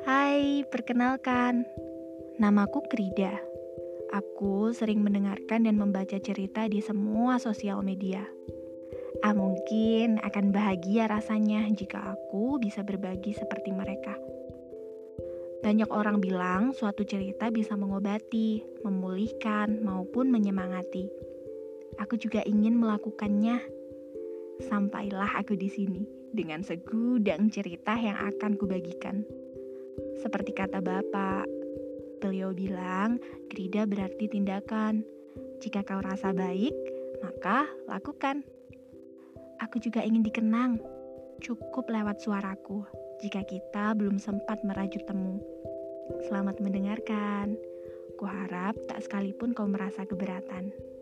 Hai, perkenalkan. Namaku Krida. Aku sering mendengarkan dan membaca cerita di semua sosial media. Mungkin akan bahagia rasanya jika aku bisa berbagi seperti mereka. Banyak orang bilang suatu cerita bisa mengobati, memulihkan, maupun menyemangati. Aku juga ingin melakukannya. Sampailah aku di sini dengan segudang cerita yang akan kubagikan. Seperti kata Bapak, beliau bilang, Krida berarti tindakan. Jika kau rasa baik, maka lakukan. Aku juga ingin dikenang. Cukup lewat suaraku, jika kita belum sempat merajut temu. Selamat mendengarkan. Kuharap tak sekalipun kau merasa keberatan.